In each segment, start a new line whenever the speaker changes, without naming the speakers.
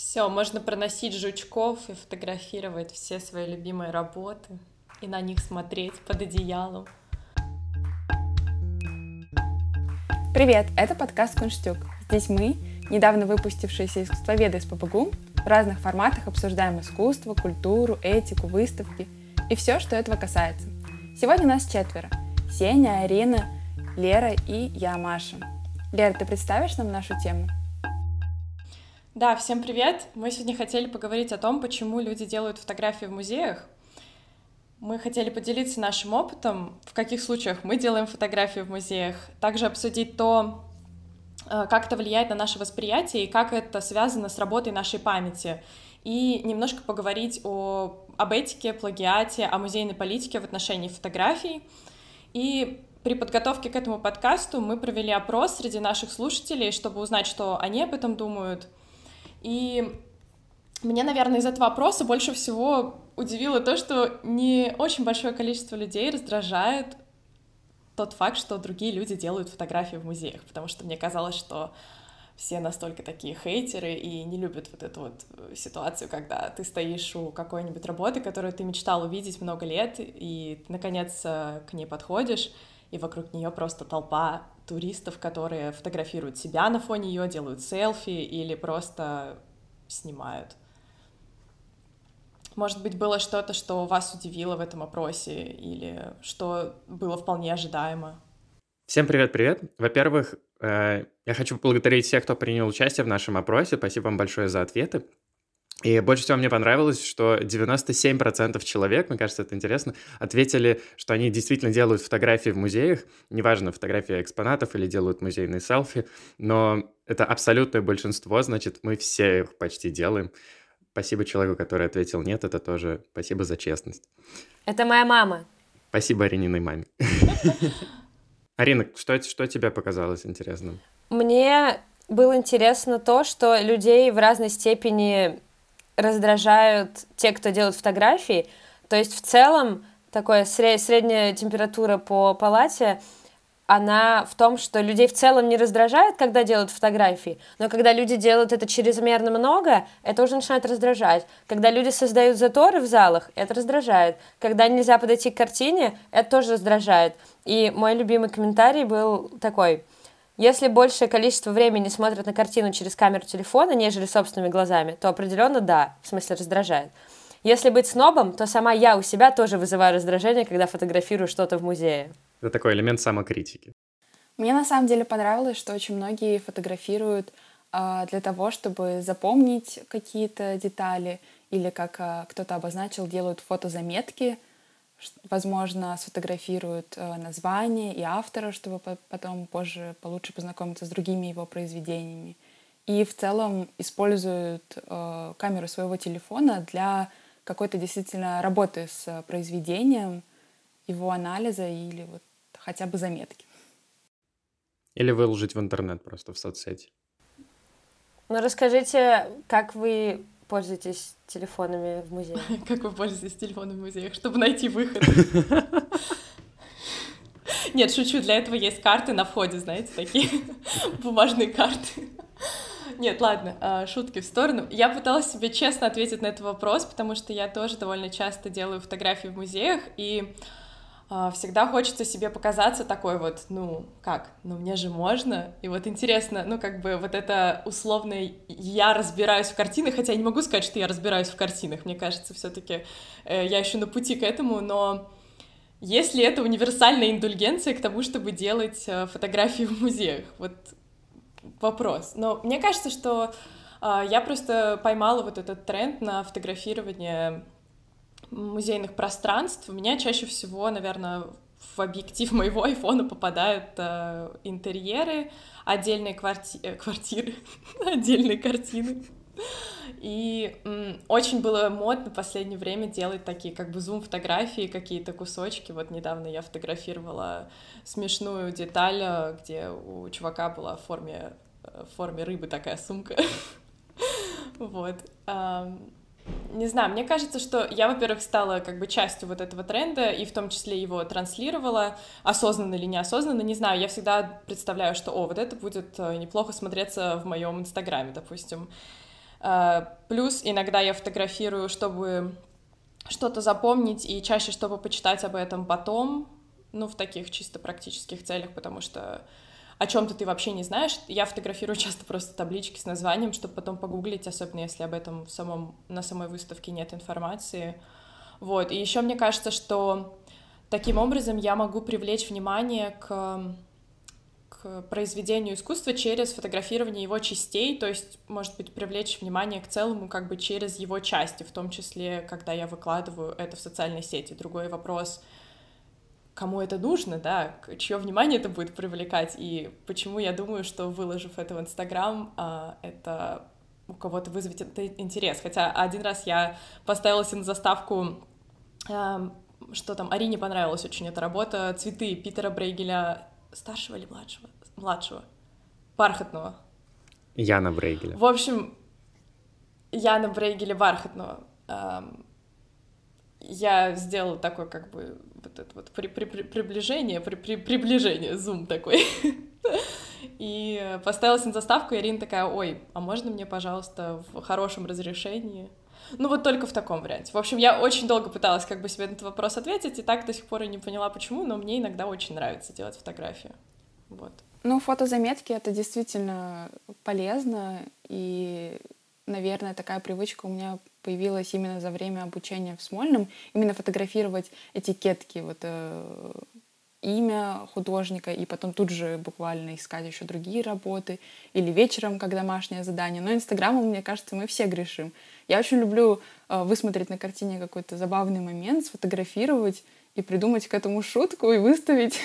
Все, можно проносить жучков и фотографировать все свои любимые работы и на них смотреть под одеялом.
Привет, это подкаст «Кунштюк». Здесь мы, недавно выпустившиеся искусствоведы из ПБГУ, в разных форматах обсуждаем искусство, культуру, этику, выставки и все, что этого касается. Сегодня нас 4. Сеня, Арина, Лера и я, Маша. Лера, ты представишь нам нашу тему?
Да, всем привет! Мы сегодня хотели поговорить о том, почему люди делают фотографии в музеях. Мы хотели поделиться нашим опытом, в каких случаях мы делаем фотографии в музеях, также обсудить то, как это влияет на наше восприятие и как это связано с работой нашей памяти, и немножко поговорить об этике, плагиате, о музейной политике в отношении фотографий. И при подготовке к этому подкасту мы провели опрос среди наших слушателей, чтобы узнать, что они об этом думают. И меня, наверное, из этого опроса больше всего удивило то, что не очень большое количество людей раздражает тот факт, что другие люди делают фотографии в музеях, потому что мне казалось, что все настолько такие хейтеры и не любят вот эту вот ситуацию, когда ты стоишь у какой-нибудь работы, которую ты мечтал увидеть много лет, и ты, наконец, к ней подходишь, и вокруг нее просто толпа туристов, которые фотографируют себя на фоне ее, делают селфи или просто снимают. Может быть, было что-то, что вас удивило в этом опросе, или что было вполне ожидаемо?
Всем привет-привет! Во-первых, я хочу поблагодарить всех, кто принял участие в нашем опросе. Спасибо вам большое за ответы. И больше всего мне понравилось, что 97% человек, мне кажется, это интересно, ответили, что они действительно делают фотографии в музеях, неважно, фотографии экспонатов или делают музейные селфи, но это абсолютное большинство, значит, мы все их почти делаем. Спасибо человеку, который ответил нет, это тоже спасибо за честность.
Это моя мама.
Спасибо Арининой маме. Арина, что тебе показалось интересным?
Мне было интересно то, что людей в разной степени раздражают те, кто делает фотографии. То есть в целом такая средняя температура по палате, она в том, что людей в целом не раздражает, когда делают фотографии, но когда люди делают это чрезмерно много, это уже начинает раздражать. Когда люди создают заторы в залах, это раздражает. Когда нельзя подойти к картине, это тоже раздражает. И мой любимый комментарий был такой: если большее количество времени смотрят на картину через камеру телефона, нежели собственными глазами, то определенно да, в смысле раздражает. Если быть снобом, то сама я у себя тоже вызываю раздражение, когда фотографирую что-то в музее.
Это такой элемент самокритики.
Мне на самом деле понравилось, что очень многие фотографируют для того, чтобы запомнить какие-то детали, или, как кто-то обозначил, делают фотозаметки, возможно, сфотографируют название и автора, чтобы потом позже получше познакомиться с другими его произведениями. И в целом используют камеру своего телефона для какой-то действительно работы с произведением, его анализа или вот хотя бы заметки.
Или выложить в интернет просто, в соцсети.
Ну, расскажите, как вы пользуетесь телефонами в музее?
Как вы пользуетесь телефоном в музеях, чтобы найти выход? Нет, шучу, для этого есть карты на входе, знаете, такие бумажные карты. Нет, ладно, шутки в сторону. Я пыталась себе честно ответить на этот вопрос, потому что я тоже довольно часто делаю фотографии в музеях, и всегда хочется себе показаться такой вот, мне же можно. И вот интересно, вот это условное «я разбираюсь в картинах», хотя я не могу сказать, что я разбираюсь в картинах, мне кажется, все-таки я еще на пути к этому, но есть ли это универсальная индульгенция к тому, чтобы делать фотографии в музеях? Вот вопрос. Но мне кажется, что я просто поймала вот этот тренд на фотографирование музейных пространств. У меня чаще всего, наверное, в объектив моего айфона попадают интерьеры, отдельные квартиры, отдельные картины. И очень было модно в последнее время делать такие как бы зум-фотографии, какие-то кусочки. Вот недавно я фотографировала смешную деталь, где у чувака была в форме рыбы такая сумка. Вот. Не знаю, мне кажется, что я, во-первых, стала как бы частью вот этого тренда, и в том числе его транслировала, осознанно или неосознанно, не знаю, я всегда представляю, что, вот это будет неплохо смотреться в моем Инстаграме, допустим. Плюс иногда я фотографирую, чтобы что-то запомнить, и чаще, чтобы почитать об этом потом, в таких чисто практических целях, потому что о чем-то ты вообще не знаешь. Я фотографирую часто просто таблички с названием, чтобы потом погуглить, особенно если об этом на самой выставке нет информации. Вот. И еще мне кажется, что таким образом я могу привлечь внимание к произведению искусства через фотографирование его частей, то есть, может быть, привлечь внимание к целому как бы через его части, в том числе, когда я выкладываю это в социальной сети. Другой вопрос, кому это нужно, да, чье внимание это будет привлекать, и почему я думаю, что, выложив это в Инстаграм, это у кого-то вызовет интерес. Хотя один раз я поставила себе на заставку, что там, Арине понравилась очень эта работа, «Цветы» Питера Брейгеля, старшего или младшего? Младшего. Бархатного.
Яна Брейгеля.
В общем, Яна Брейгеля Бархатного. Я сделала такое, как бы, вот это вот приближение, зум такой. И поставилась на заставку, и Арина такая: ой, а можно мне, пожалуйста, в хорошем разрешении? Вот только в таком варианте. В общем, я очень долго пыталась как бы себе на этот вопрос ответить, и так до сих пор и не поняла, почему, но мне иногда очень нравится делать фотографии. Вот.
Фотозаметки — это действительно полезно, и, наверное, такая привычка у меня появилась именно за время обучения в Смольном, именно фотографировать этикетки, имя художника, и потом тут же буквально искать еще другие работы, или вечером, как домашнее задание. Но Инстаграмом, мне кажется, мы все грешим. Я очень люблю высмотреть на картине какой-то забавный момент, сфотографировать и придумать к этому шутку и выставить.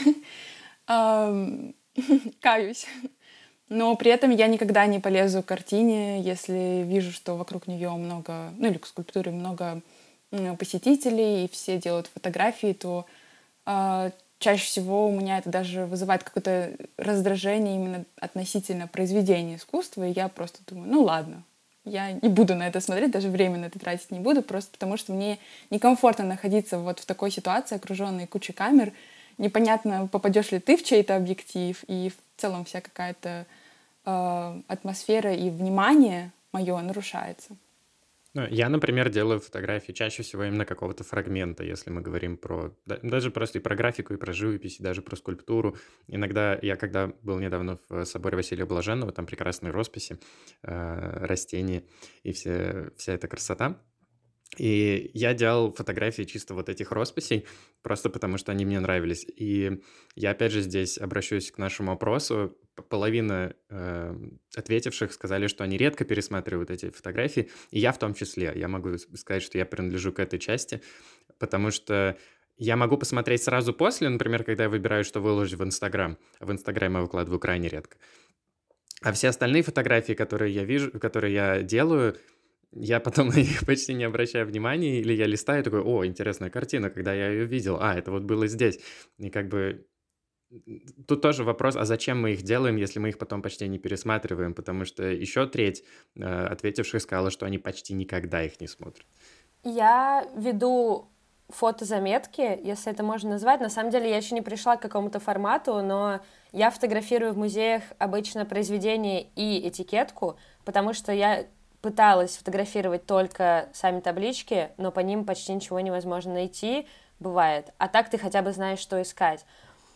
Каюсь. Но при этом я никогда не полезу к картине, если вижу, что вокруг нее много, или к скульптуре много посетителей, и все делают фотографии, то чаще всего у меня это даже вызывает какое-то раздражение именно относительно произведения искусства, и я просто думаю, ладно, я не буду на это смотреть, даже время на это тратить не буду, просто потому что мне некомфортно находиться в такой ситуации, окруженной кучей камер. Непонятно, попадешь ли ты в чей-то объектив, и в целом вся какая-то атмосфера и внимание мое нарушается.
Я, например, делаю фотографии чаще всего именно какого-то фрагмента, если мы говорим даже просто и про графику, и про живопись, и даже про скульптуру. Иногда я, когда был недавно в соборе Василия Блаженного, там прекрасные росписи, растения и вся эта красота. И я делал фотографии чисто этих росписей, просто потому что они мне нравились. И я, опять же, здесь обращусь к нашему опросу. Половина ответивших сказали, что они редко пересматривают эти фотографии, и я в том числе. Я могу сказать, что я принадлежу к этой части, потому что я могу посмотреть сразу после, например, когда я выбираю, что выложить в Инстаграм. В Инстаграм я выкладываю крайне редко. А все остальные фотографии, которые я вижу, которые я делаю, я потом на них почти не обращаю внимания, или я листаю такой: о, интересная картина, когда я ее видел, это было здесь. И как бы тут тоже вопрос, а зачем мы их делаем, если мы их потом почти не пересматриваем, потому что еще треть ответивших сказала, что они почти никогда их не смотрят.
Я веду фотозаметки, если это можно назвать. На самом деле я еще не пришла к какому-то формату, но я фотографирую в музеях обычно произведение и этикетку, потому что я пыталась фотографировать только сами таблички, но по ним почти ничего невозможно найти, бывает. А так ты хотя бы знаешь, что искать.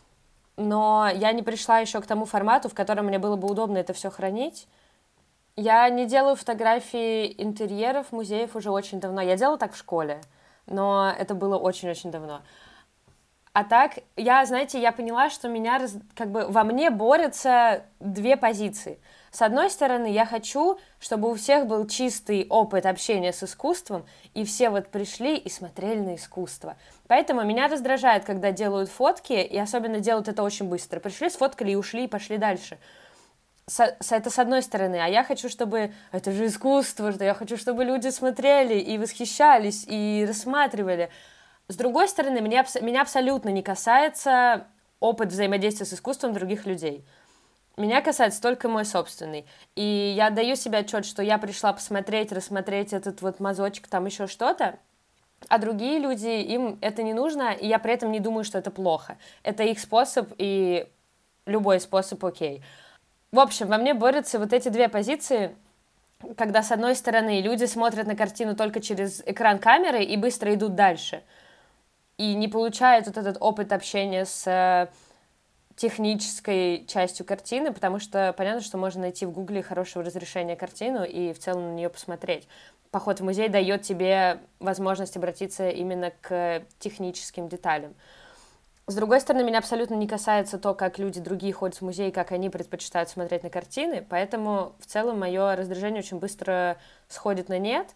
Но я не пришла еще к тому формату, в котором мне было бы удобно это все хранить. Я не делаю фотографии интерьеров музеев уже очень давно. Я делала так в школе, но это было очень-очень давно. А так, я поняла, что во мне борются две позиции. С одной стороны, я хочу, чтобы у всех был чистый опыт общения с искусством, и все пришли и смотрели на искусство. Поэтому меня раздражает, когда делают фотки, и особенно делают это очень быстро. Пришли, сфоткали и ушли, и пошли дальше. Это с одной стороны. А я хочу, чтобы... Это же искусство, что я хочу, чтобы люди смотрели и восхищались, и рассматривали. С другой стороны, меня абсолютно не касается опыт взаимодействия с искусством других людей. Меня касается только мой собственный. И я даю себе отчет, что я пришла посмотреть, рассмотреть этот мазочек, там еще что-то, а другие люди, им это не нужно, и я при этом не думаю, что это плохо. Это их способ, и любой способ окей. В общем, во мне борются эти две позиции. когда, с одной стороны, люди смотрят на картину только через экран камеры и быстро идут дальше, и не получают вот этот опыт общения с технической частью картины, потому что понятно, что можно найти в Гугле хорошего разрешения картину и в целом на нее посмотреть. Поход в музей дает тебе возможность обратиться именно к техническим деталям. С другой стороны, меня абсолютно не касается то, как люди другие ходят в музей, как они предпочитают смотреть на картины, поэтому в целом мое раздражение очень быстро сходит на нет,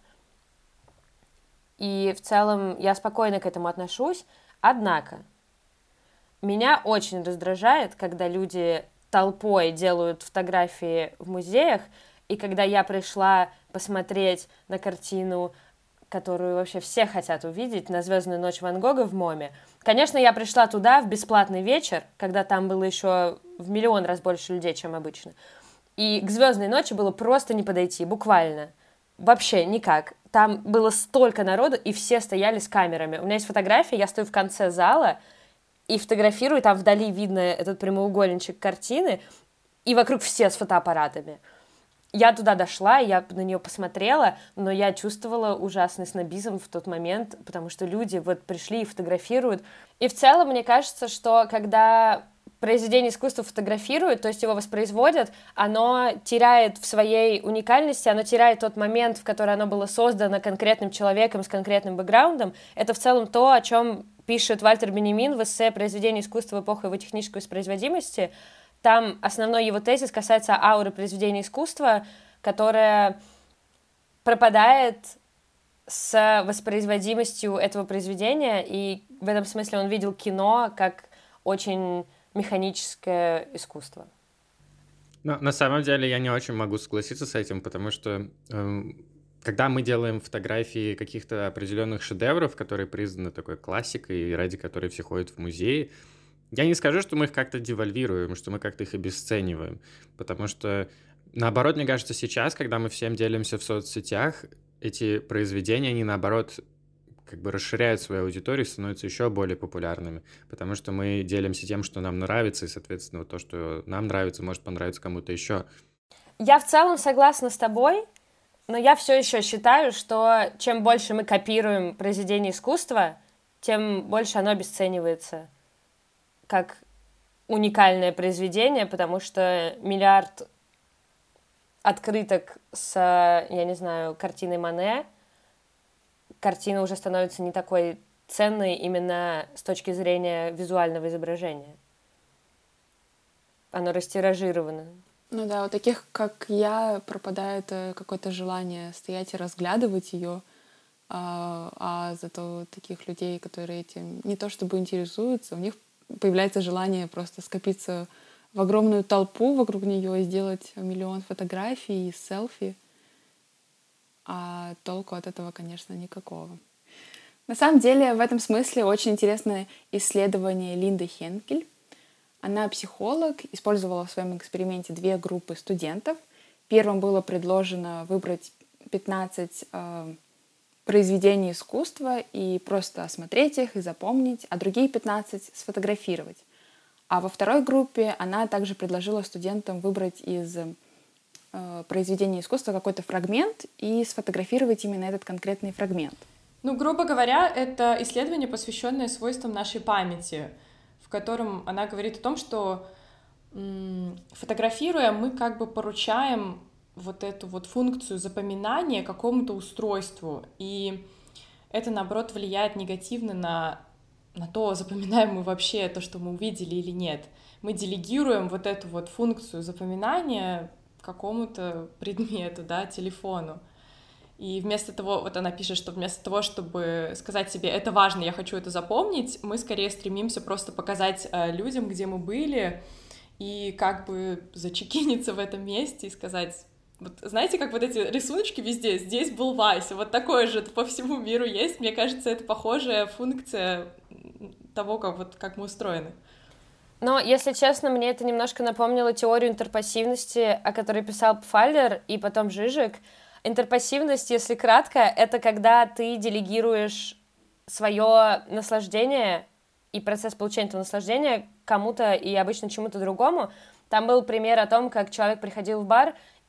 и в целом я спокойно к этому отношусь. Однако меня очень раздражает, когда люди толпой делают фотографии в музеях, и когда я пришла посмотреть на картину, которую вообще все хотят увидеть, на «Звездную ночь» Ван Гога в МОМе. Конечно, я пришла туда в бесплатный вечер, когда там было еще в миллион раз больше людей, чем обычно. И к «Звездной ночи» было просто не подойти, буквально. Вообще никак. Там было столько народу, и все стояли с камерами. У меня есть фотография, я стою в конце зала и фотографирую, там вдали видно этот прямоугольничек картины, и вокруг все с фотоаппаратами. Я туда дошла, я на нее посмотрела, но я чувствовала ужасный снобизм в тот момент, потому что люди вот пришли и фотографируют. И в целом, мне кажется, что когда произведение искусства фотографируют, то есть его воспроизводят, оно теряет в своей уникальности, оно теряет тот момент, в который оно было создано конкретным человеком с конкретным бэкграундом. Это в целом то, о чем пишет Вальтер Бенемин в эссе «Произведение искусства в эпоху его технической воспроизводимости». Там основной его тезис касается ауры произведения искусства, которая пропадает с воспроизводимостью этого произведения, и в этом смысле он видел кино как очень механическое искусство.
Но на самом деле я не очень могу согласиться с этим, потому что когда мы делаем фотографии каких-то определенных шедевров, которые признаны такой классикой и ради которой все ходят в музеи, я не скажу, что мы их как-то девальвируем, что мы как-то их обесцениваем, потому что, наоборот, мне кажется, сейчас, когда мы всем делимся в соцсетях, эти произведения, они, наоборот, как бы расширяют свою аудиторию, становятся еще более популярными, потому что мы делимся тем, что нам нравится, и, соответственно, вот то, что нам нравится, может понравиться кому-то еще.
Я в целом согласна с тобой, но я все еще считаю, что чем больше мы копируем произведение искусства, тем больше оно обесценивается как уникальное произведение, потому что миллиард открыток с, я не знаю, картиной Мане, картина уже становится не такой ценной именно с точки зрения визуального изображения. Оно растиражировано.
Ну да, у таких, как я, пропадает какое-то желание стоять и разглядывать ее, а зато таких людей, которые этим не то чтобы интересуются, у них появляется желание просто скопиться в огромную толпу вокруг нее и сделать миллион фотографий и селфи. А толку от этого, конечно, никакого. На самом деле, в этом смысле очень интересное исследование Линды Хенкель. Она психолог, использовала в своем эксперименте 2 группы студентов. Первым было предложено выбрать 15 произведений искусства и просто осмотреть их и запомнить, а другие 15 сфотографировать. А во второй группе она также предложила студентам выбрать из произведения искусства какой-то фрагмент и сфотографировать именно этот конкретный фрагмент.
Ну, грубо говоря, это исследование, посвященное свойствам нашей памяти, в котором она говорит о том, что фотографируя, мы как бы поручаем вот эту вот функцию запоминания какому-то устройству, и это, наоборот, влияет негативно на то, запоминаем мы вообще то, что мы увидели или нет. Мы делегируем вот эту вот функцию запоминания какому-то предмету, да, телефону. И вместо того, вот она пишет, что вместо того, чтобы сказать себе «это важно, я хочу это запомнить», мы скорее стремимся просто показать людям, где мы были, и как бы зачекиниться в этом месте и сказать... Вот, знаете, как вот эти рисуночки везде, здесь был Вася, вот такое же по всему миру есть. Мне кажется, это похожая функция того, как мы устроены.
Но, если честно, мне это немножко напомнило теорию интерпассивности, о которой писал Пфаллер и потом Жижик. Интерпассивность, если кратко, это когда ты делегируешь свое наслаждение и процесс получения этого наслаждения кому-то и обычно чему-то другому. Там был пример о том, как человек приходил в бар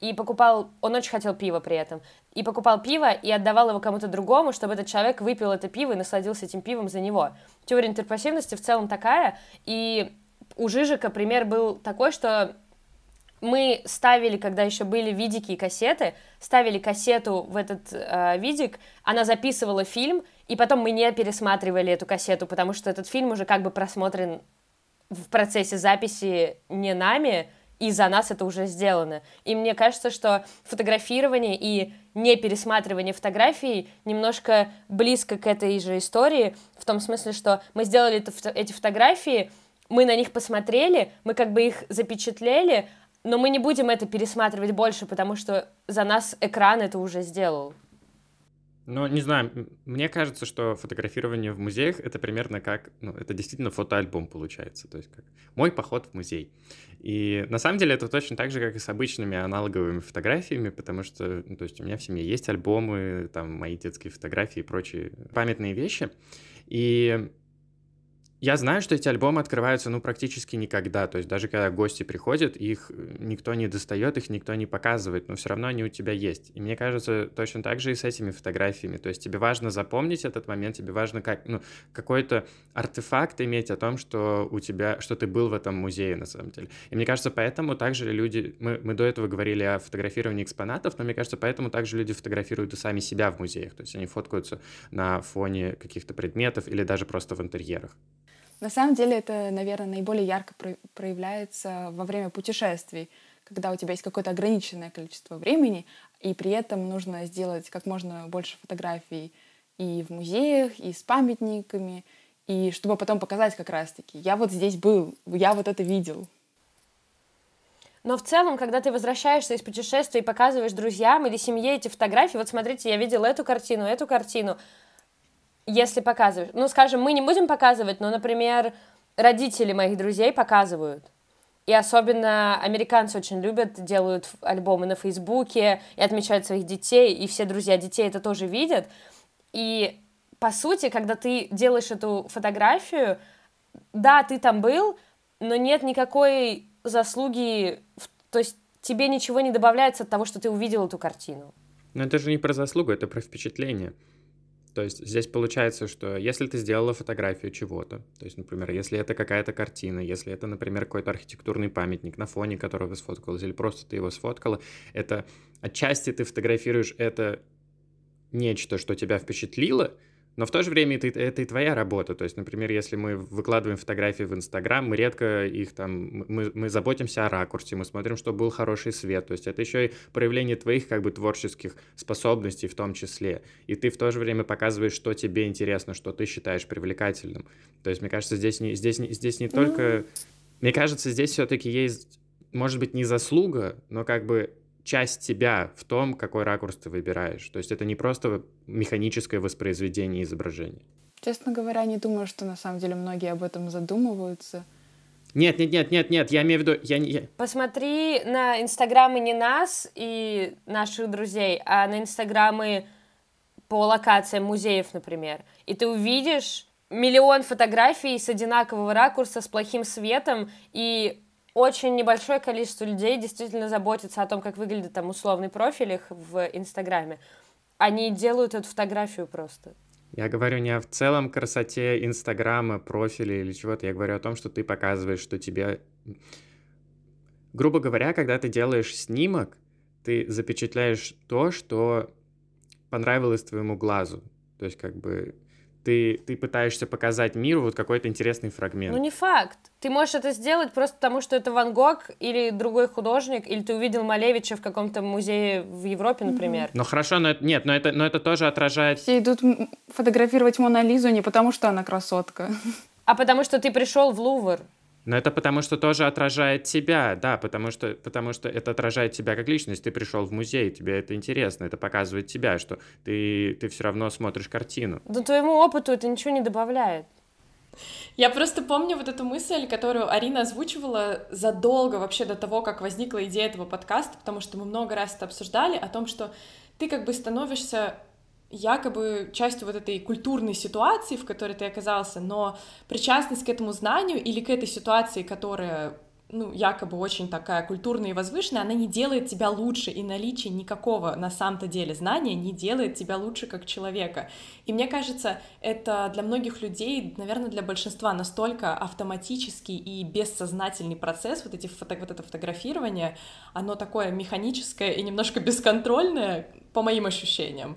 и покупал, он очень хотел пива при этом, и покупал пиво и отдавал его кому-то другому, чтобы этот человек выпил это пиво и насладился этим пивом за него. Теория интерпрессивности в целом такая, и у Жижика пример был такой, что мы ставили, когда еще были видики и кассеты, ставили кассету в этот видик, она записывала фильм, и потом мы не пересматривали эту кассету, потому что этот фильм уже как бы просмотрен в процессе записи не нами, и за нас это уже сделано. И мне кажется, что фотографирование и не пересматривание фотографий немножко близко к этой же истории, в том смысле, что мы сделали эти фотографии, мы на них посмотрели, мы как бы их запечатлели, но мы не будем это пересматривать больше, потому что за нас экран это уже сделал.
Ну, не знаю, мне кажется, что фотографирование в музеях — это примерно как, ну, это действительно фотоальбом получается, то есть как мой поход в музей. И на самом деле это точно так же, как и с обычными аналоговыми фотографиями, потому что, ну, то есть у меня в семье есть альбомы, там, мои детские фотографии и прочие памятные вещи, и я знаю, что эти альбомы открываются, ну, практически никогда, то есть даже когда гости приходят, их никто не достает, их никто не показывает, но все равно они у тебя есть. И мне кажется, точно так же и с этими фотографиями, то есть тебе важно запомнить этот момент, тебе важно какой-то артефакт иметь о том, что у тебя, что ты был в этом музее на самом деле. И мне кажется, поэтому также люди, мы до этого говорили о фотографировании экспонатов, но мне кажется, поэтому также люди фотографируют и сами себя в музеях, то есть они фоткаются на фоне каких-то предметов или даже просто в интерьерах.
На самом деле это, наверное, наиболее ярко проявляется во время путешествий, когда у тебя есть какое-то ограниченное количество времени, и при этом нужно сделать как можно больше фотографий и в музеях, и с памятниками, и чтобы потом показать как раз-таки: я вот здесь был, я вот это видел.
Но в целом, когда ты возвращаешься из путешествия и показываешь друзьям или семье эти фотографии, вот смотрите, я видел эту картину, если показываешь. Ну, скажем, мы не будем показывать, но, например, родители моих друзей показывают. И особенно американцы очень любят, делают альбомы на Фейсбуке и отмечают своих детей, и все друзья детей это тоже видят. И, по сути, когда ты делаешь эту фотографию, да, ты там был, но нет никакой заслуги, то есть тебе ничего не добавляется от того, что ты увидел эту картину.
Но это же не про заслугу, это про впечатление. То есть здесь получается, что если ты сделала фотографию чего-то, то есть, например, если это какая-то картина, если это, например, какой-то архитектурный памятник, на фоне которого сфоткалась, или просто ты его сфоткала, это отчасти ты фотографируешь это нечто, что тебя впечатлило, но в то же время это и твоя работа. То есть, например, если мы выкладываем фотографии в Инстаграм, мы редко их там... Мы заботимся о ракурсе, мы смотрим, чтобы был хороший свет. То есть это еще и проявление твоих как бы творческих способностей в том числе. И ты в то же время показываешь, что тебе интересно, что ты считаешь привлекательным. То есть, мне кажется, здесь не только... Мне кажется, здесь все-таки есть, может быть, не заслуга, но как бы часть тебя в том, какой ракурс ты выбираешь. То есть это не просто механическое воспроизведение изображения.
Честно говоря, не думаю, что на самом деле многие об этом задумываются.
Нет, я имею в виду...
Посмотри на инстаграмы не нас и наших друзей, а на инстаграмы по локациям музеев, например. И ты увидишь миллион фотографий с одинакового ракурса, с плохим светом, и очень небольшое количество людей действительно заботится о том, как выглядит там условный профиль их в Инстаграме. Они делают эту фотографию просто.
Я говорю не о в целом красоте Инстаграма, профиля или чего-то. Я говорю о том, что ты показываешь, что тебе... Грубо говоря, когда ты делаешь снимок, ты запечатляешь то, что понравилось твоему глазу. То есть как бы... Ты пытаешься показать миру вот какой-то интересный фрагмент.
Ну, не факт. Ты можешь это сделать просто потому, что это Ван Гог или другой художник, или ты увидел Малевича в каком-то музее в Европе, например.
Ну, хорошо, но это тоже отражает...
Все идут фотографировать Мону Лизу не потому, что она красотка,
а потому, что ты пришел в Лувр.
Но это потому, что тоже отражает тебя, да, потому что это отражает тебя как личность. Ты пришел в музей, тебе это интересно, это показывает тебя, что ты все равно смотришь картину.
Да твоему опыту это ничего не добавляет.
Я просто помню вот эту мысль, которую Арина озвучивала задолго вообще до того, как возникла идея этого подкаста, потому что мы много раз это обсуждали, о том, что ты как бы становишься якобы частью вот этой культурной ситуации, в которой ты оказался, но причастность к этому знанию или к этой ситуации, которая ну, якобы очень такая культурная и возвышенная, она не делает тебя лучше, и наличие никакого на самом-то деле знания не делает тебя лучше как человека. И мне кажется, это для многих людей, наверное, для большинства настолько автоматический и бессознательный процесс, вот это фотографирование, оно такое механическое и немножко бесконтрольное, по моим ощущениям,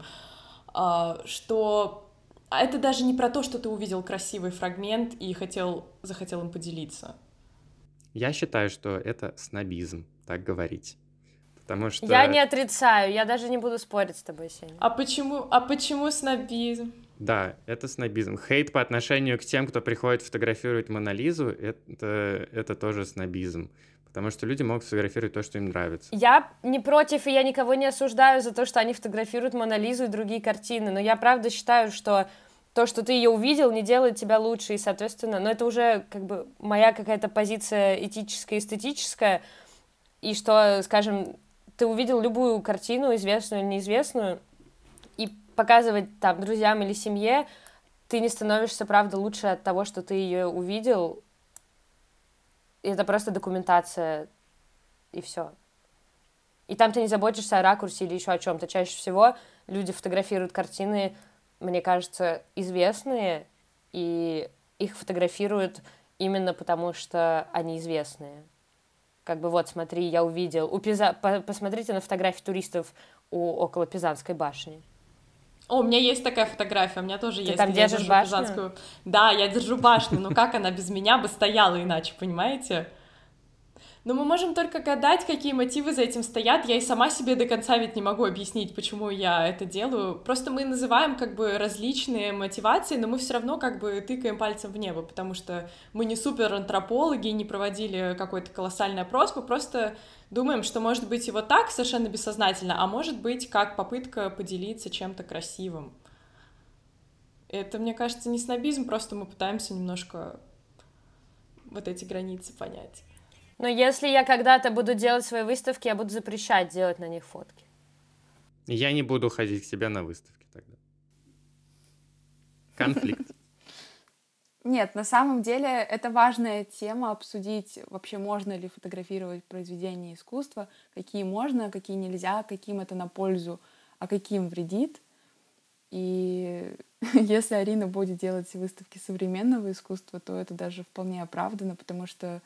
что это даже не про то, что ты увидел красивый фрагмент и захотел им поделиться.
Я считаю, что это снобизм, так говорить. Потому что...
Я не отрицаю, я даже не буду спорить с тобой, Сеня.
А почему снобизм?
Да, это снобизм. Хейт по отношению к тем, кто приходит фотографировать Мону Лизу, это тоже снобизм. Потому что люди могут фотографировать то, что им нравится.
Я не против, и я никого не осуждаю за то, что они фотографируют Мону Лизу и другие картины, но я правда считаю, что то, что ты ее увидел, не делает тебя лучше, и, соответственно, но это уже как бы моя какая-то позиция этическая, эстетическая, и что, скажем, ты увидел любую картину, известную или неизвестную, и показывать там друзьям или семье, ты не становишься, правда, лучше от того, что ты ее увидел. Это просто документация, и все. И там ты не заботишься о ракурсе или еще о чем-то. Чаще всего люди фотографируют картины, мне кажется, известные, и их фотографируют именно потому, что они известные. Как бы вот, смотри, я увидел. Посмотрите на фотографии туристов около Пизанской башни.
О, у меня есть такая фотография, у меня тоже есть.
Ты там держишь башню?
Пизанскую. Да, я держу башню, но как она без меня бы стояла иначе, понимаете? Но мы можем только гадать, какие мотивы за этим стоят. Я и сама себе до конца ведь не могу объяснить, почему я это делаю. Просто мы называем как бы различные мотивации, но мы все равно как бы тыкаем пальцем в небо, потому что мы не суперантропологи, не проводили какой-то колоссальный опрос, мы просто думаем, что может быть и вот так совершенно бессознательно, а может быть как попытка поделиться чем-то красивым. Это, мне кажется, не снобизм, просто мы пытаемся немножко вот эти границы понять.
Но если я когда-то буду делать свои выставки, я буду запрещать делать на них фотки.
Я не буду ходить к тебе на выставки тогда. Конфликт.
Нет, на самом деле это важная тема обсудить, вообще можно ли фотографировать произведения искусства, какие можно, какие нельзя, каким это на пользу, а каким вредит. И если Арина будет делать выставки современного искусства, то это даже вполне оправдано, потому что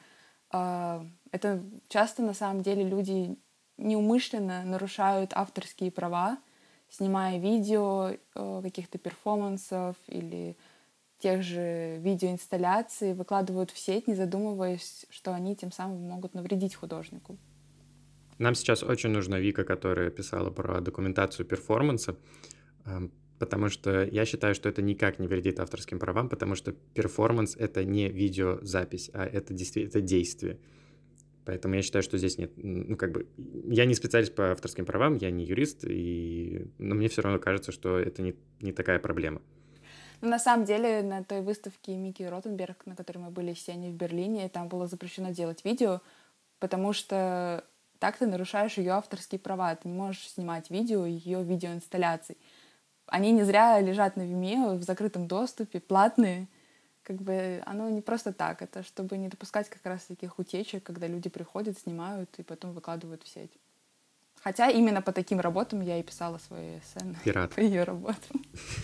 это часто на самом деле люди неумышленно нарушают авторские права, снимая видео каких-то перформансов или тех же видеоинсталляций, выкладывают в сеть, не задумываясь, что они тем самым могут навредить художнику.
Нам сейчас очень нужна Вика, которая писала про документацию перформанса, потому что я считаю, что это никак не вредит авторским правам, потому что перформанс — это не видеозапись, а это действительно действие. Поэтому я считаю, что здесь нет... Ну, как бы... Я не специалист по авторским правам, я не юрист, но мне все равно кажется, что это не такая проблема.
Но на самом деле на той выставке Мики Ротенберг, на которой мы были с Сеней в Берлине, там было запрещено делать видео, потому что так ты нарушаешь ее авторские права. Ты не можешь снимать видео ее видеоинсталляций. Они не зря лежат на Vimeo в закрытом доступе, платные. Как бы оно не просто так. Это чтобы не допускать как раз таких утечек, когда люди приходят, снимают и потом выкладывают в сеть. Хотя именно по таким работам я и писала свои эссе.
Пират.
По ее работам.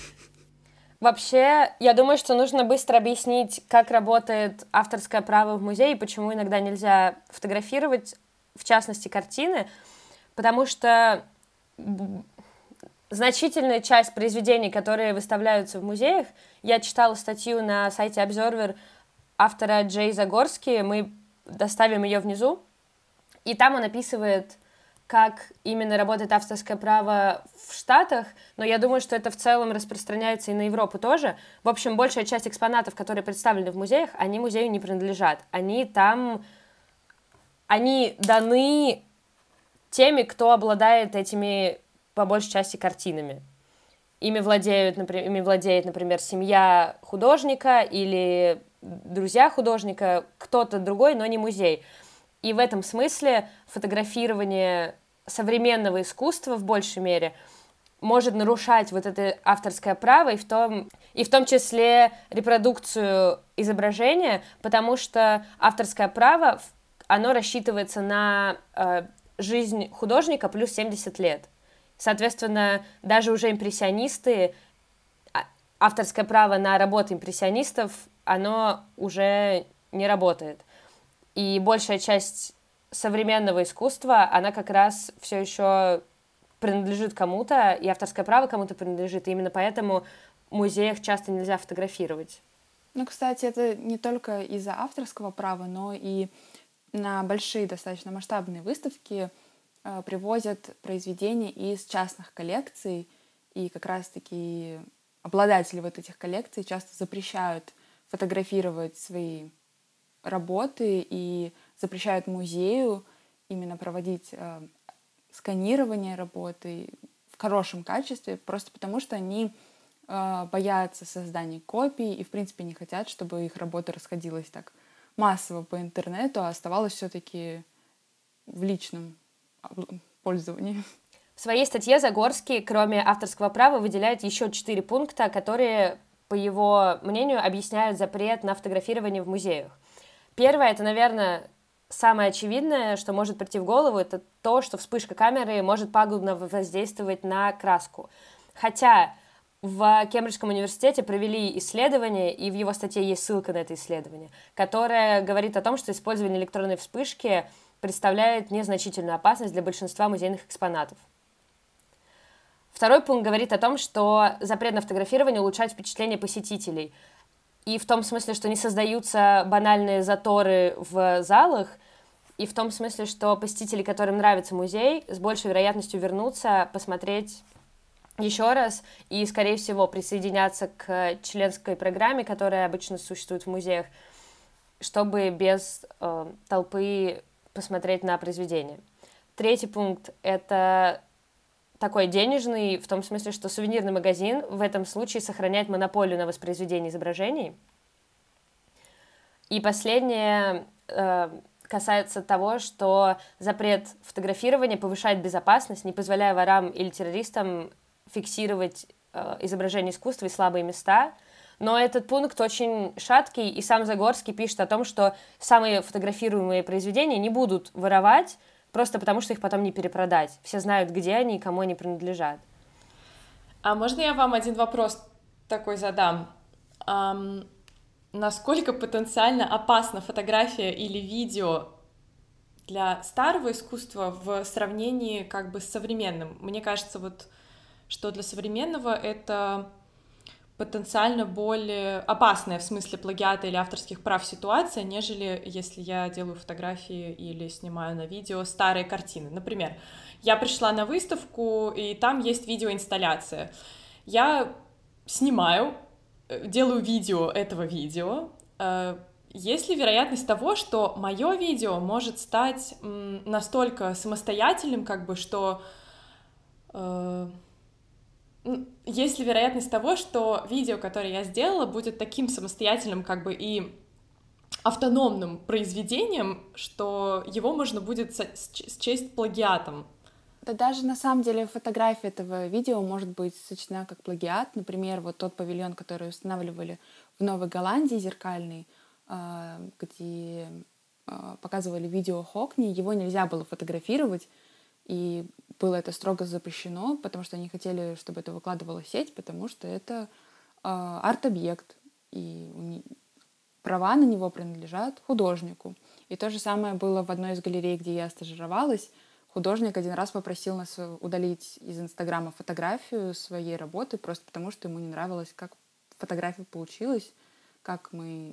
Вообще, я думаю, что нужно быстро объяснить, как работает авторское право в музее и почему иногда нельзя фотографировать, в частности, картины, потому что значительная часть произведений, которые выставляются в музеях, я читала статью на сайте Observer автора Джей Загорски, мы доставим ее внизу, и там он описывает, как именно работает авторское право в Штатах, но я думаю, что это в целом распространяется и на Европу тоже. В общем, большая часть экспонатов, которые представлены в музеях, они музею не принадлежат. Они даны теми, кто обладает этими, по большей части, картинами. Ими владеет, например, семья художника или друзья художника, кто-то другой, но не музей. И в этом смысле фотографирование современного искусства в большей мере может нарушать вот это авторское право и в том числе репродукцию изображения, потому что авторское право оно рассчитывается на жизнь художника плюс 70 лет. Соответственно, даже уже импрессионисты, авторское право на работы импрессионистов, оно уже не работает. И большая часть современного искусства, она как раз все еще принадлежит кому-то, и авторское право кому-то принадлежит, и именно поэтому в музеях часто нельзя фотографировать.
Ну, кстати, это не только из-за авторского права, но и на большие достаточно масштабные выставки привозят произведения из частных коллекций, и как раз-таки обладатели вот этих коллекций часто запрещают фотографировать свои работы и запрещают музею именно проводить сканирование работы в хорошем качестве, просто потому что они боятся создания копий и, в принципе, не хотят, чтобы их работа расходилась так массово по интернету, а оставалась все-таки в личном пользовании.
В своей статье Загорский, кроме авторского права, выделяет еще 4 пункта, которые, по его мнению, объясняют запрет на фотографирование в музеях. Первое, это, наверное, самое очевидное, что может прийти в голову, это то, что вспышка камеры может пагубно воздействовать на краску. Хотя в Кембриджском университете провели исследование, и в его статье есть ссылка на это исследование, которое говорит о том, что использование электронной вспышки представляет незначительную опасность для большинства музейных экспонатов. Второй пункт говорит о том, что запрет на фотографирование улучшает впечатление посетителей. И в том смысле, что не создаются банальные заторы в залах, и в том смысле, что посетители, которым нравится музей, с большей вероятностью вернутся посмотреть еще раз и, скорее всего, присоединятся к членской программе, которая обычно существует в музеях, чтобы без толпы посмотреть на произведение. Третий пункт — это такой денежный, в том смысле, что сувенирный магазин в этом случае сохраняет монополию на воспроизведение изображений. И последнее касается того, что запрет фотографирования повышает безопасность, не позволяя ворам или террористам фиксировать изображение искусства и слабые места. Но этот пункт очень шаткий, и сам Загорский пишет о том, что самые фотографируемые произведения не будут воровать, просто потому что их потом не перепродать. Все знают, где они и кому они принадлежат.
А можно я вам один вопрос такой задам? Насколько потенциально опасна фотография или видео для старого искусства в сравнении как бы с современным? Мне кажется, вот, что для современного это потенциально более опасная в смысле плагиата или авторских прав ситуация, нежели если я делаю фотографии или снимаю на видео старые картины. Например, я пришла на выставку, и там есть видеоинсталляция. Я снимаю, делаю видео этого видео. Есть ли вероятность того, что мое видео может стать настолько самостоятельным, как бы, что... Есть ли вероятность того, что видео, которое я сделала, будет таким самостоятельным, как бы, и автономным произведением, что его можно будет счесть плагиатом?
Да даже на самом деле фотография этого видео может быть сочтена как плагиат. Например, вот тот павильон, который устанавливали в Новой Голландии, зеркальный, где показывали видео Хокни, его нельзя было фотографировать, и было это строго запрещено, потому что они хотели, чтобы это выкладывала сеть, потому что это арт-объект, и права на него принадлежат художнику. И то же самое было в одной из галерей, где я стажировалась. Художник один раз попросил нас удалить из Инстаграма фотографию своей работы, просто потому что ему не нравилось, как фотография получилась, как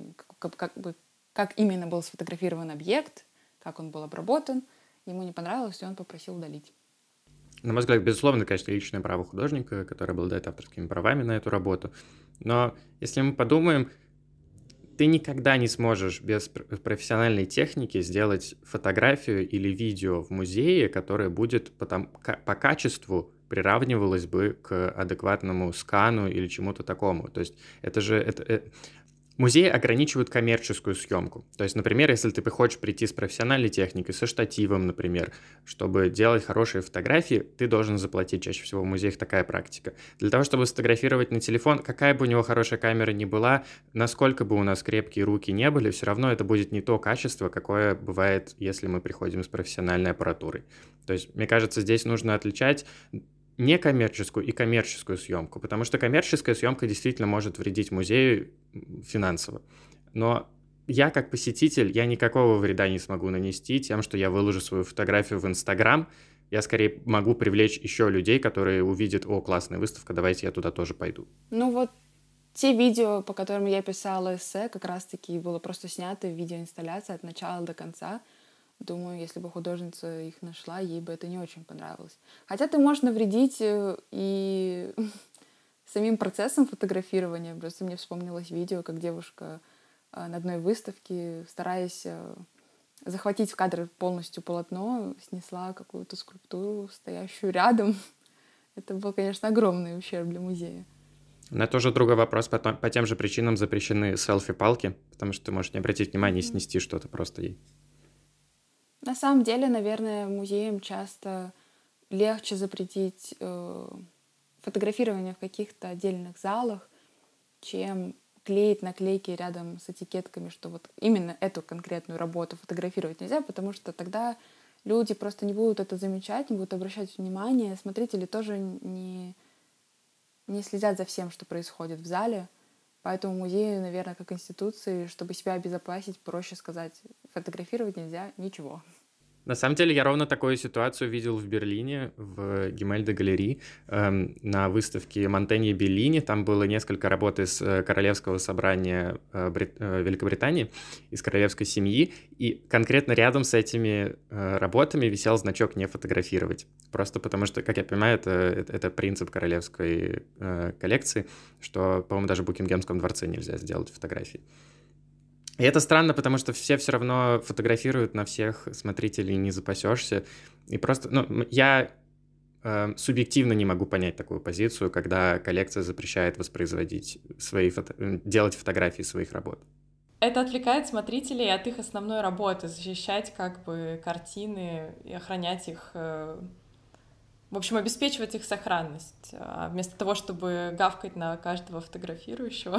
именно был сфотографирован объект, как он был обработан. Ему не понравилось, и он попросил удалить.
На мой взгляд, безусловно, конечно, личное право художника, которое обладает авторскими правами на эту работу. Но если мы подумаем, ты никогда не сможешь без профессиональной техники сделать фотографию или видео в музее, которое будет по качеству приравнивалось бы к адекватному скану или чему-то такому. То есть это же... Музеи ограничивают коммерческую съемку. То есть, например, если ты хочешь прийти с профессиональной техникой, со штативом, например, чтобы делать хорошие фотографии, ты должен заплатить. Чаще всего в музеях такая практика. Для того, чтобы сфотографировать на телефон, какая бы у него хорошая камера ни была, насколько бы у нас крепкие руки не были, все равно это будет не то качество, какое бывает, если мы приходим с профессиональной аппаратурой. То есть, мне кажется, здесь нужно отличать некоммерческую и коммерческую съемку, потому что коммерческая съемка действительно может вредить музею финансово. Но я как посетитель, я никакого вреда не смогу нанести тем, что я выложу свою фотографию в Инстаграм. Я скорее могу привлечь еще людей, которые увидят: о, классная выставка, давайте я туда тоже пойду.
Ну вот те видео, по которым я писала эссе, как раз-таки было просто снято видеоинсталляция от начала до конца. Думаю, если бы художница их нашла, ей бы это не очень понравилось. Хотя ты можешь навредить и самим процессом фотографирования. Просто мне вспомнилось видео, как девушка на одной выставке, стараясь захватить в кадр полностью полотно, снесла какую-то скульптуру, стоящую рядом. Это был, конечно, огромный ущерб для музея.
Но это уже другой вопрос. По тем же причинам запрещены селфи-палки, потому что ты можешь не обратить внимания и снести что-то просто ей.
На самом деле, наверное, музеям часто легче запретить фотографирование в каких-то отдельных залах, чем клеить наклейки рядом с этикетками, что вот именно эту конкретную работу фотографировать нельзя, потому что тогда люди просто не будут это замечать, не будут обращать внимание. Смотрители тоже не следят за всем, что происходит в зале. Поэтому музею, наверное, как институции, чтобы себя обезопасить, проще сказать: фотографировать нельзя, ничего.
На самом деле, я ровно такую ситуацию видел в Берлине, в Гемельде-галерии, на выставке Монтенье Беллини. Там было несколько работ из королевского собрания Великобритании, из королевской семьи, и конкретно рядом с этими работами висел значок «Не фотографировать». Просто потому что, как я понимаю, это принцип королевской коллекции, что, по-моему, даже в Букингемском дворце нельзя сделать фотографии. И это странно, потому что все равно фотографируют, на всех смотрителей не запасешься. И просто, я субъективно не могу понять такую позицию, когда коллекция запрещает воспроизводить делать фотографии своих работ.
Это отвлекает смотрителей от их основной работы, защищать как бы картины и охранять их, в общем, обеспечивать их сохранность, вместо того, чтобы гавкать на каждого фотографирующего.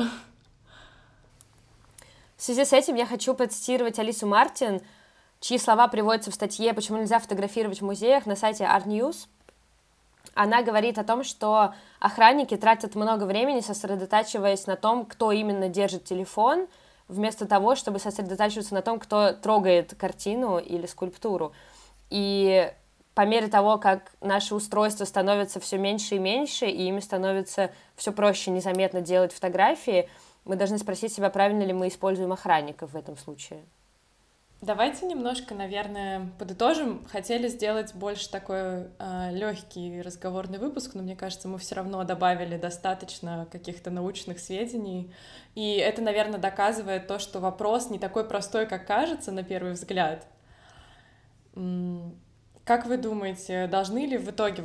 В связи с этим я хочу процитировать Алису Мартин, чьи слова приводятся в статье «Почему нельзя фотографировать в музеях» на сайте Art News. Она говорит о том, что охранники тратят много времени, сосредотачиваясь на том, кто именно держит телефон, вместо того, чтобы сосредотачиваться на том, кто трогает картину или скульптуру. И по мере того, как наши устройства становятся все меньше и меньше, и ими становится все проще незаметно делать фотографии, мы должны спросить себя, правильно ли мы используем охранников в этом случае.
Давайте немножко, наверное, подытожим. Хотели сделать больше такой легкий разговорный выпуск, но мне кажется, мы все равно добавили достаточно каких-то научных сведений. И это, наверное, доказывает то, что вопрос не такой простой, как кажется на первый взгляд. Как вы думаете, должны ли в итоге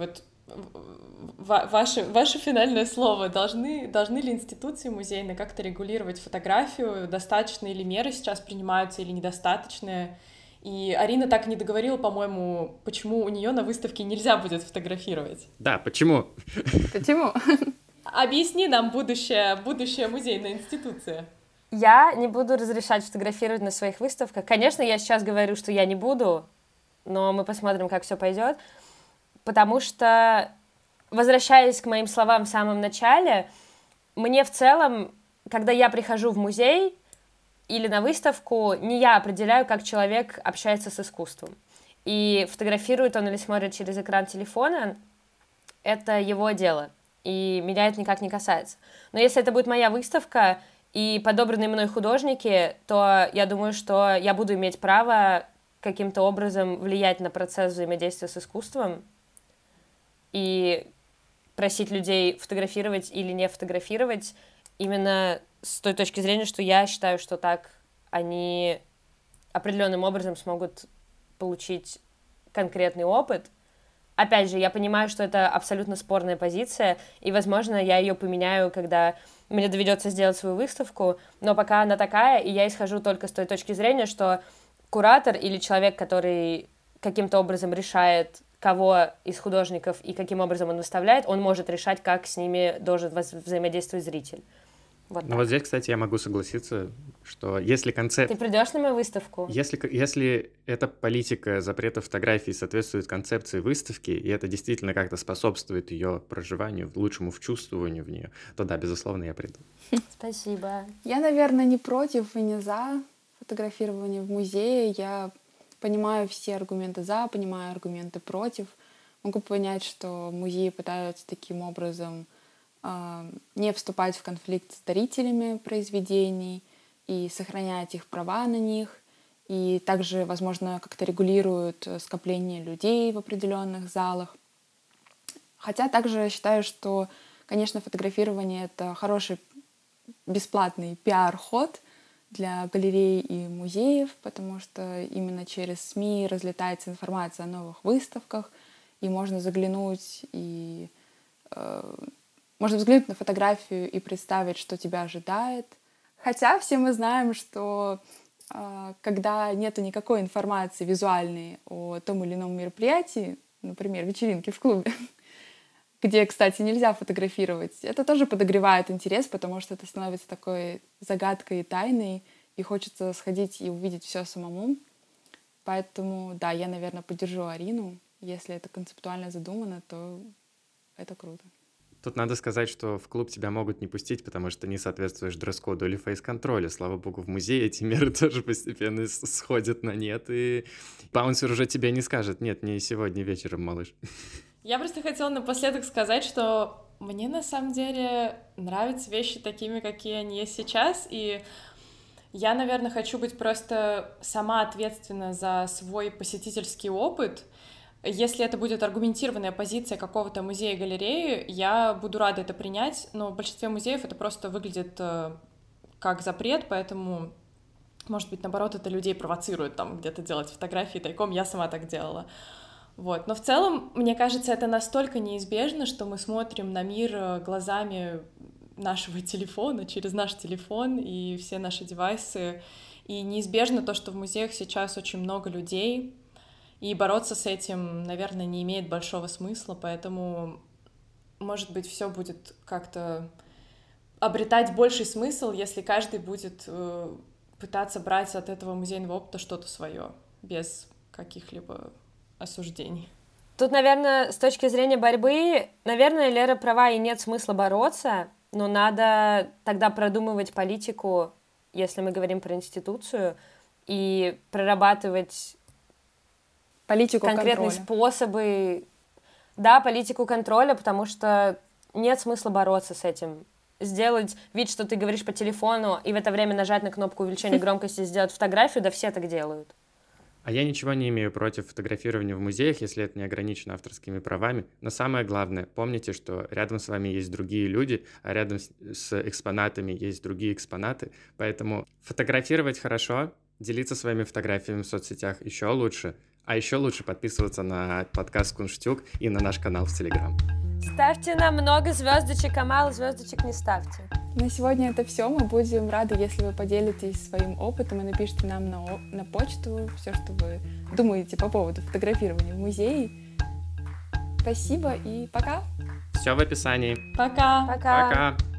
ваше финальное слово, должны ли институции музейные как-то регулировать фотографию, достаточные ли меры сейчас принимаются или недостаточные? И Арина так и не договорила, по-моему, почему у нее на выставке нельзя будет фотографировать.
Да, почему?
Почему?
Объясни нам, будущая музейная институция.
Я не буду разрешать фотографировать на своих выставках. Конечно, я сейчас говорю, что я не буду, но мы посмотрим, как все пойдет. Потому что, возвращаясь к моим словам в самом начале, мне в целом, когда я прихожу в музей или на выставку, не я определяю, как человек общается с искусством. И фотографирует он или смотрит через экран телефона, это его дело, и меня это никак не касается. Но если это будет моя выставка и подобранные мной художники, то я думаю, что я буду иметь право каким-то образом влиять на процесс взаимодействия с искусством и просить людей фотографировать или не фотографировать именно с той точки зрения, что я считаю, что так они определенным образом смогут получить конкретный опыт, опять же, я понимаю, что это абсолютно спорная позиция, и, возможно, я ее поменяю, когда мне доведется сделать свою выставку, но пока она такая, и я исхожу только с той точки зрения, что куратор или человек, который каким-то образом решает, кого из художников и каким образом он выставляет, он может решать, как с ними должен взаимодействовать зритель. Вот
вот здесь, кстати, я могу согласиться, что если концепт...
Ты придешь на мою выставку?
Если эта политика запрета фотографий соответствует концепции выставки, и это действительно как-то способствует ее проживанию, лучшему вчувствованию в нее, то да, безусловно, я приду.
Спасибо.
Я, наверное, не против и не за фотографирование в музее. Я понимаю все аргументы за, понимаю аргументы против. Могу понять, что музеи пытаются таким образом не вступать в конфликт с дарителями произведений и сохранять их права на них. И также, возможно, как-то регулируют скопление людей в определенных залах. Хотя также считаю, что, конечно, фотографирование — это хороший бесплатный пиар-ход для галерей и музеев, потому что именно через СМИ разлетается информация о новых выставках, и можно заглянуть и можно взглянуть на фотографию и представить, что тебя ожидает. Хотя все мы знаем, что когда нет никакой информации визуальной о том или ином мероприятии, например, вечеринки в клубе, где, кстати, нельзя фотографировать, это тоже подогревает интерес, потому что это становится такой загадкой и тайной, и хочется сходить и увидеть все самому. Поэтому, да, я, наверное, поддержу Арину. Если это концептуально задумано, то это круто.
Тут надо сказать, что в клуб тебя могут не пустить, потому что не соответствуешь дресс-коду или фейс-контролю. Слава богу, в музее эти меры тоже постепенно сходят на нет, и баунсер уже тебе не скажет: нет, не сегодня вечером, малыш.
Я просто хотела напоследок сказать, что мне на самом деле нравятся вещи такими, какие они есть сейчас, и я, наверное, хочу быть просто сама ответственна за свой посетительский опыт. Если это будет аргументированная позиция какого-то музея, галереи, я буду рада это принять, но в большинстве музеев это просто выглядит как запрет, поэтому, может быть, наоборот, это людей провоцирует там где-то делать фотографии тайком, я сама так делала. Вот. Но в целом, мне кажется, это настолько неизбежно, что мы смотрим на мир глазами нашего телефона, через наш телефон и все наши девайсы, и неизбежно то, что в музеях сейчас очень много людей, и бороться с этим, наверное, не имеет большого смысла, поэтому, может быть, все будет как-то обретать больший смысл, если каждый будет пытаться брать от этого музейного опыта что-то свое, без каких-либо осуждений.
Тут, наверное, с точки зрения борьбы, наверное, Лера права, и нет смысла бороться, но надо тогда продумывать политику, если мы говорим про институцию, и прорабатывать
политику
конкретные
контроля.
Способы, да, политику контроля, потому что нет смысла бороться с этим. Сделать вид, что ты говоришь по телефону, и в это время нажать на кнопку увеличения громкости, сделать фотографию, да все так делают.
А я ничего не имею против фотографирования в музеях, если это не ограничено авторскими правами. Но самое главное, помните, что рядом с вами есть другие люди, а рядом с экспонатами есть другие экспонаты. Поэтому фотографировать хорошо, делиться своими фотографиями в соцсетях еще лучше. А еще лучше подписываться на подкаст Кунштюк и на наш канал в Телеграм.
Ставьте нам много звездочек, а мало звездочек не ставьте.
На сегодня это все. Мы будем рады, если вы поделитесь своим опытом и напишите нам на почту все, что вы думаете по поводу фотографирования в музее. Спасибо и пока!
Все в описании.
Пока!
Пока!
Пока!